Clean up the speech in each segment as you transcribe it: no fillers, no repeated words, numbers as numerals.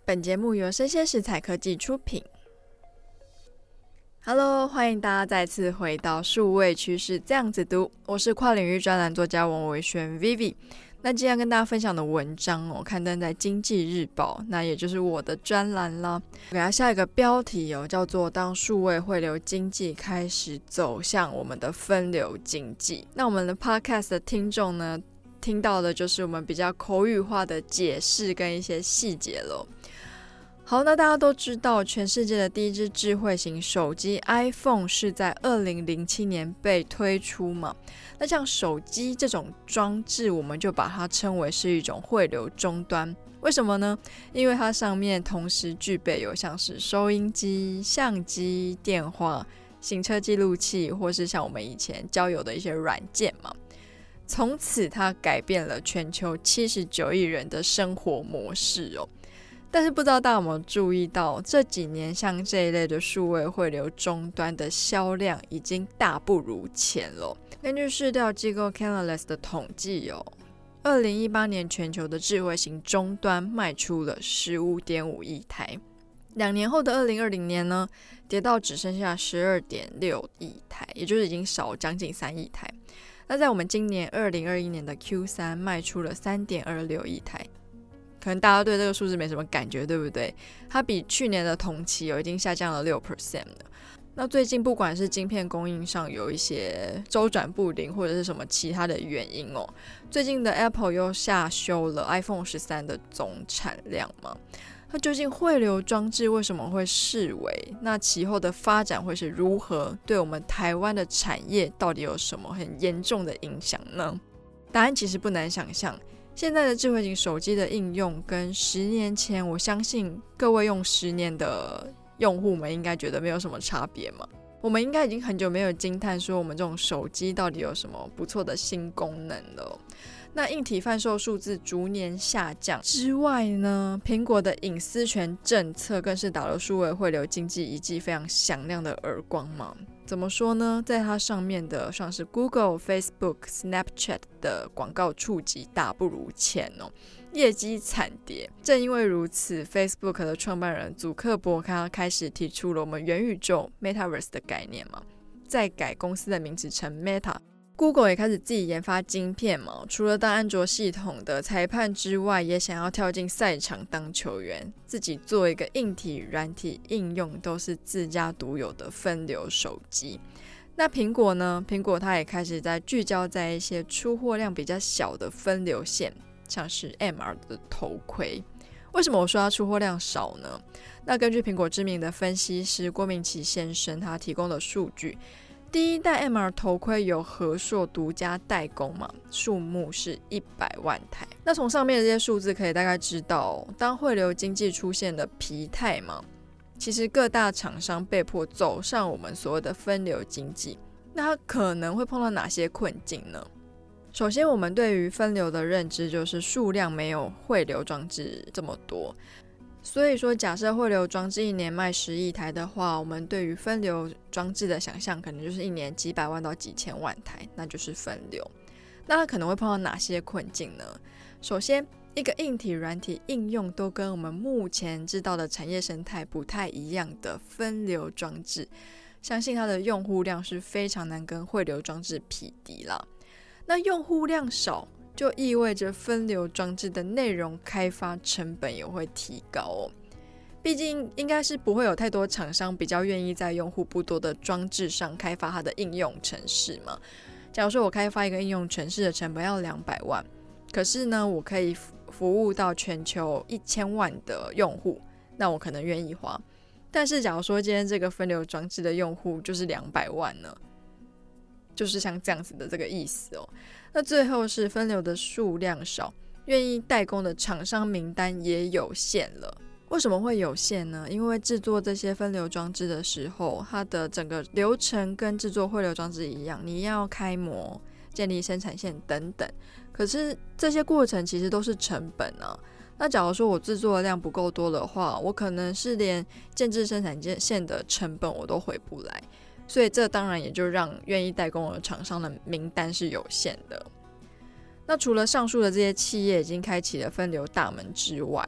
本节目由生鲜食材科技出品。Hello， 欢迎大家再次回到数位趋势这样子读，我是跨领域专栏作家王维轩 Vivi。那今天跟大家分享的文章刊登在经济日报，那也就是我的专栏啦。给它下一个标题叫做当数位汇流经济开始走向我们的分流经济。那我们的 podcast 的听众呢，听到的就是我们比较口语化的解释跟一些细节咯。好，那大家都知道全世界的第一支智慧型手机 iPhone 是在2007年被推出嘛。那像手机这种装置，我们就把它称为是一种汇流终端。为什么呢？因为它上面同时具备有像是收音机、相机、电话、行车记录器，或是像我们以前交友的一些软件嘛。从此它改变了全球79亿人的生活模式哦。但是不知道大家有没有注意到，这几年像这一类的数位汇流终端的销量已经大不如前了。根据市调机构 Canalys 的统计2018年全球的智慧型终端卖出了 15.5 亿台，2年后的2020年呢，跌到只剩下 12.6 亿台，也就是已经少将近3亿台。那在我们今年2021年的 Q3 卖出了 3.26 亿台，可能大家对这个数字没什么感觉，对不对？它比去年的同期已经下降了 6% 了。那最近不管是晶片供应上有一些周转不灵，或者是什么其他的原因最近的 Apple 又下修了 iPhone 13的总产量嘛。那究竟汇流装置为什么会式微？那其后的发展会是如何？对我们台湾的产业到底有什么很严重的影响呢？答案其实不难想象，现在的智慧型手机的应用跟10年前，我相信各位用10年的用户们应该觉得没有什么差别嘛。我们应该已经很久没有惊叹说我们这种手机到底有什么不错的新功能了。那硬体贩售数字逐年下降之外呢，苹果的隐私权政策更是打了数位汇流经济一记非常响亮的耳光嘛。怎么说呢？在它上面的像是 Google、Facebook、Snapchat 的广告触及大不如前业绩惨跌。正因为如此， Facebook 的创办人祖克伯他开始提出了我们元宇宙 Metaverse 的概念嘛，再改公司的名字成 Meta。Google 也开始自己研发晶片嘛，除了当安卓系统的裁判之外，也想要跳进赛场当球员，自己做一个硬体、软体应用都是自家独有的分流手机。那苹果呢？苹果它也开始在聚焦在一些出货量比较小的分流线，像是 MR 的头盔。为什么我说它出货量少呢？那根据苹果知名的分析师郭明奇先生他提供的数据，第一代 MR 头盔由和硕独家代工嘛，数目是100万台。那从上面的这些数字可以大概知道，当汇流经济出现的疲态嘛，其实各大厂商被迫走上我们所谓的分流经济，那它可能会碰到哪些困境呢？首先，我们对于分流的认知就是数量没有汇流装置这么多。所以说假设汇流装置一年卖10亿台的话，我们对于分流装置的想象可能就是一年几百万到几千万台，那就是分流。那它可能会碰到哪些困境呢？首先，一个硬体软体应用都跟我们目前知道的产业生态不太一样的分流装置，相信它的用户量是非常难跟汇流装置匹敌啦。那用户量少就意味着分流装置的内容开发成本也会提高毕竟应该是不会有太多厂商比较愿意在用户不多的装置上开发它的应用程式嘛。假如说我开发一个应用程式的成本要200万，可是呢我可以服务到全球1000万的用户，那我可能愿意花。但是假如说今天这个分流装置的用户就是200万呢，就是像这样子的这个意思那最后是分流的数量少，愿意代工的厂商名单也有限了。为什么会有限呢？因为制作这些分流装置的时候，它的整个流程跟制作汇流装置一样，你要开模、建立生产线等等，可是这些过程其实都是成本啊。那假如说我制作的量不够多的话，我可能是连建制生产线的成本我都回不来，所以这当然也就让愿意代工的厂商的名单是有限的。那除了上述的这些企业已经开启了分流大门之外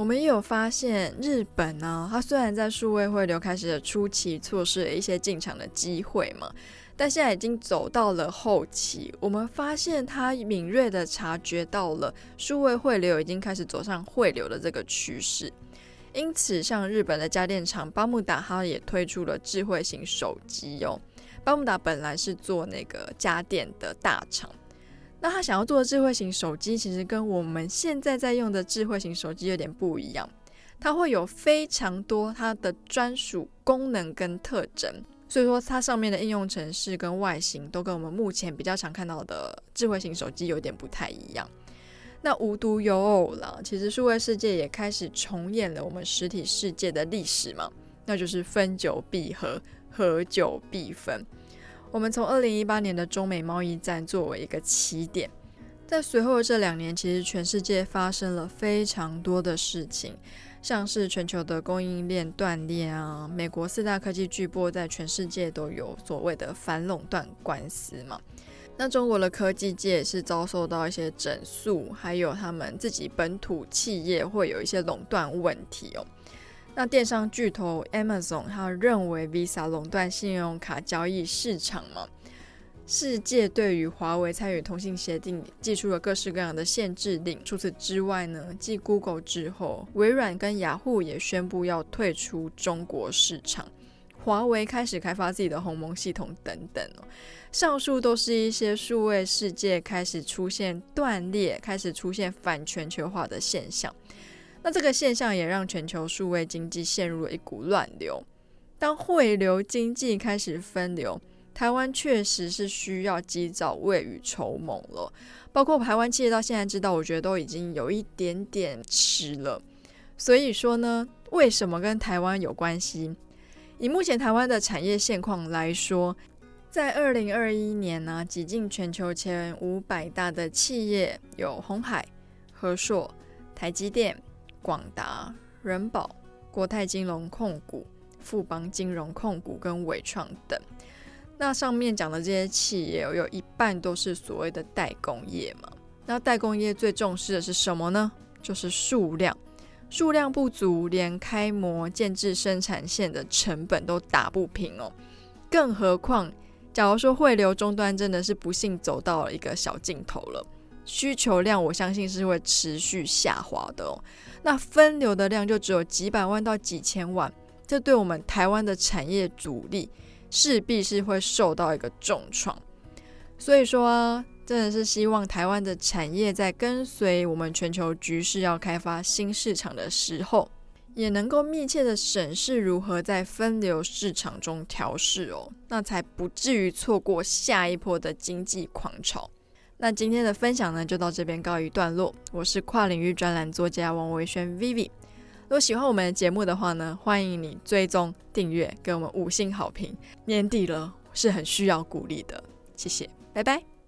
我们也有发现日本呢，它虽然在数位汇流开始的初期错失了一些进场的机会嘛，但现在已经走到了后期，我们发现它敏锐的察觉到了数位汇流已经开始走上汇流的这个趋势。因此像日本的家电厂巴慕达，它也推出了智慧型手机哦。巴慕达本来是做那个家电的大厂，那他想要做的智慧型手机其实跟我们现在在用的智慧型手机有点不一样，它会有非常多它的专属功能跟特征，所以说它上面的应用程式跟外形都跟我们目前比较常看到的智慧型手机有点不太一样。那无独有偶啦，其实数位世界也开始重演了我们实体世界的历史嘛，那就是分久必合，合久必分。我们从2018年的中美贸易战作为一个起点，在随后的这2年，其实全世界发生了非常多的事情，像是全球的供应链断裂啊，美国4大科技巨擘在全世界都有所谓的反垄断官司嘛。那中国的科技界也是遭受到一些整肃，还有他们自己本土企业会有一些垄断问题哦。那电商巨头 Amazon 他认为 Visa 垄断信用卡交易市场嘛，世界对于华为参与通信协定寄出了各式各样的限制令。除此之外呢，继 Google 之后，微软跟雅虎也宣布要退出中国市场，华为开始开发自己的鸿蒙系统等等哦。上述都是一些数位世界开始出现断裂，开始出现反全球化的现象。那这个现象也让全球数位经济陷入了一股乱流。当汇流经济开始分流，台湾确实是需要及早未雨绸缪了。包括台湾企业到现在知道，我觉得都已经有一点点迟了。所以说呢，为什么跟台湾有关系？以目前台湾的产业现况来说，在2021年呢，挤进全球前500大的企业有鸿海、和硕、台积电、广达、人保、国泰金融控股、富邦金融控股跟伟创等。那上面讲的这些企业有一半都是所谓的代工业嘛。那代工业最重视的是什么呢？就是数量。数量不足，连开模建制生产线的成本都打不平哦。更何况假如说汇流终端真的是不幸走到了一个小尽头了，需求量我相信是会持续下滑的哦。那分流的量就只有几百万到几千万，这对我们台湾的产业主力势必是会受到一个重创。所以说啊，真的是希望台湾的产业在跟随我们全球局势要开发新市场的时候，也能够密切的审视如何在分流市场中调试哦，那才不至于错过下一波的经济狂潮。那今天的分享呢，就到这边告一段落。我是跨领域专栏作家王维轩 Vivi。如果喜欢我们的节目的话呢，欢迎你追踪订阅，给我们5星好评。年底了，是很需要鼓励的。谢谢，拜拜。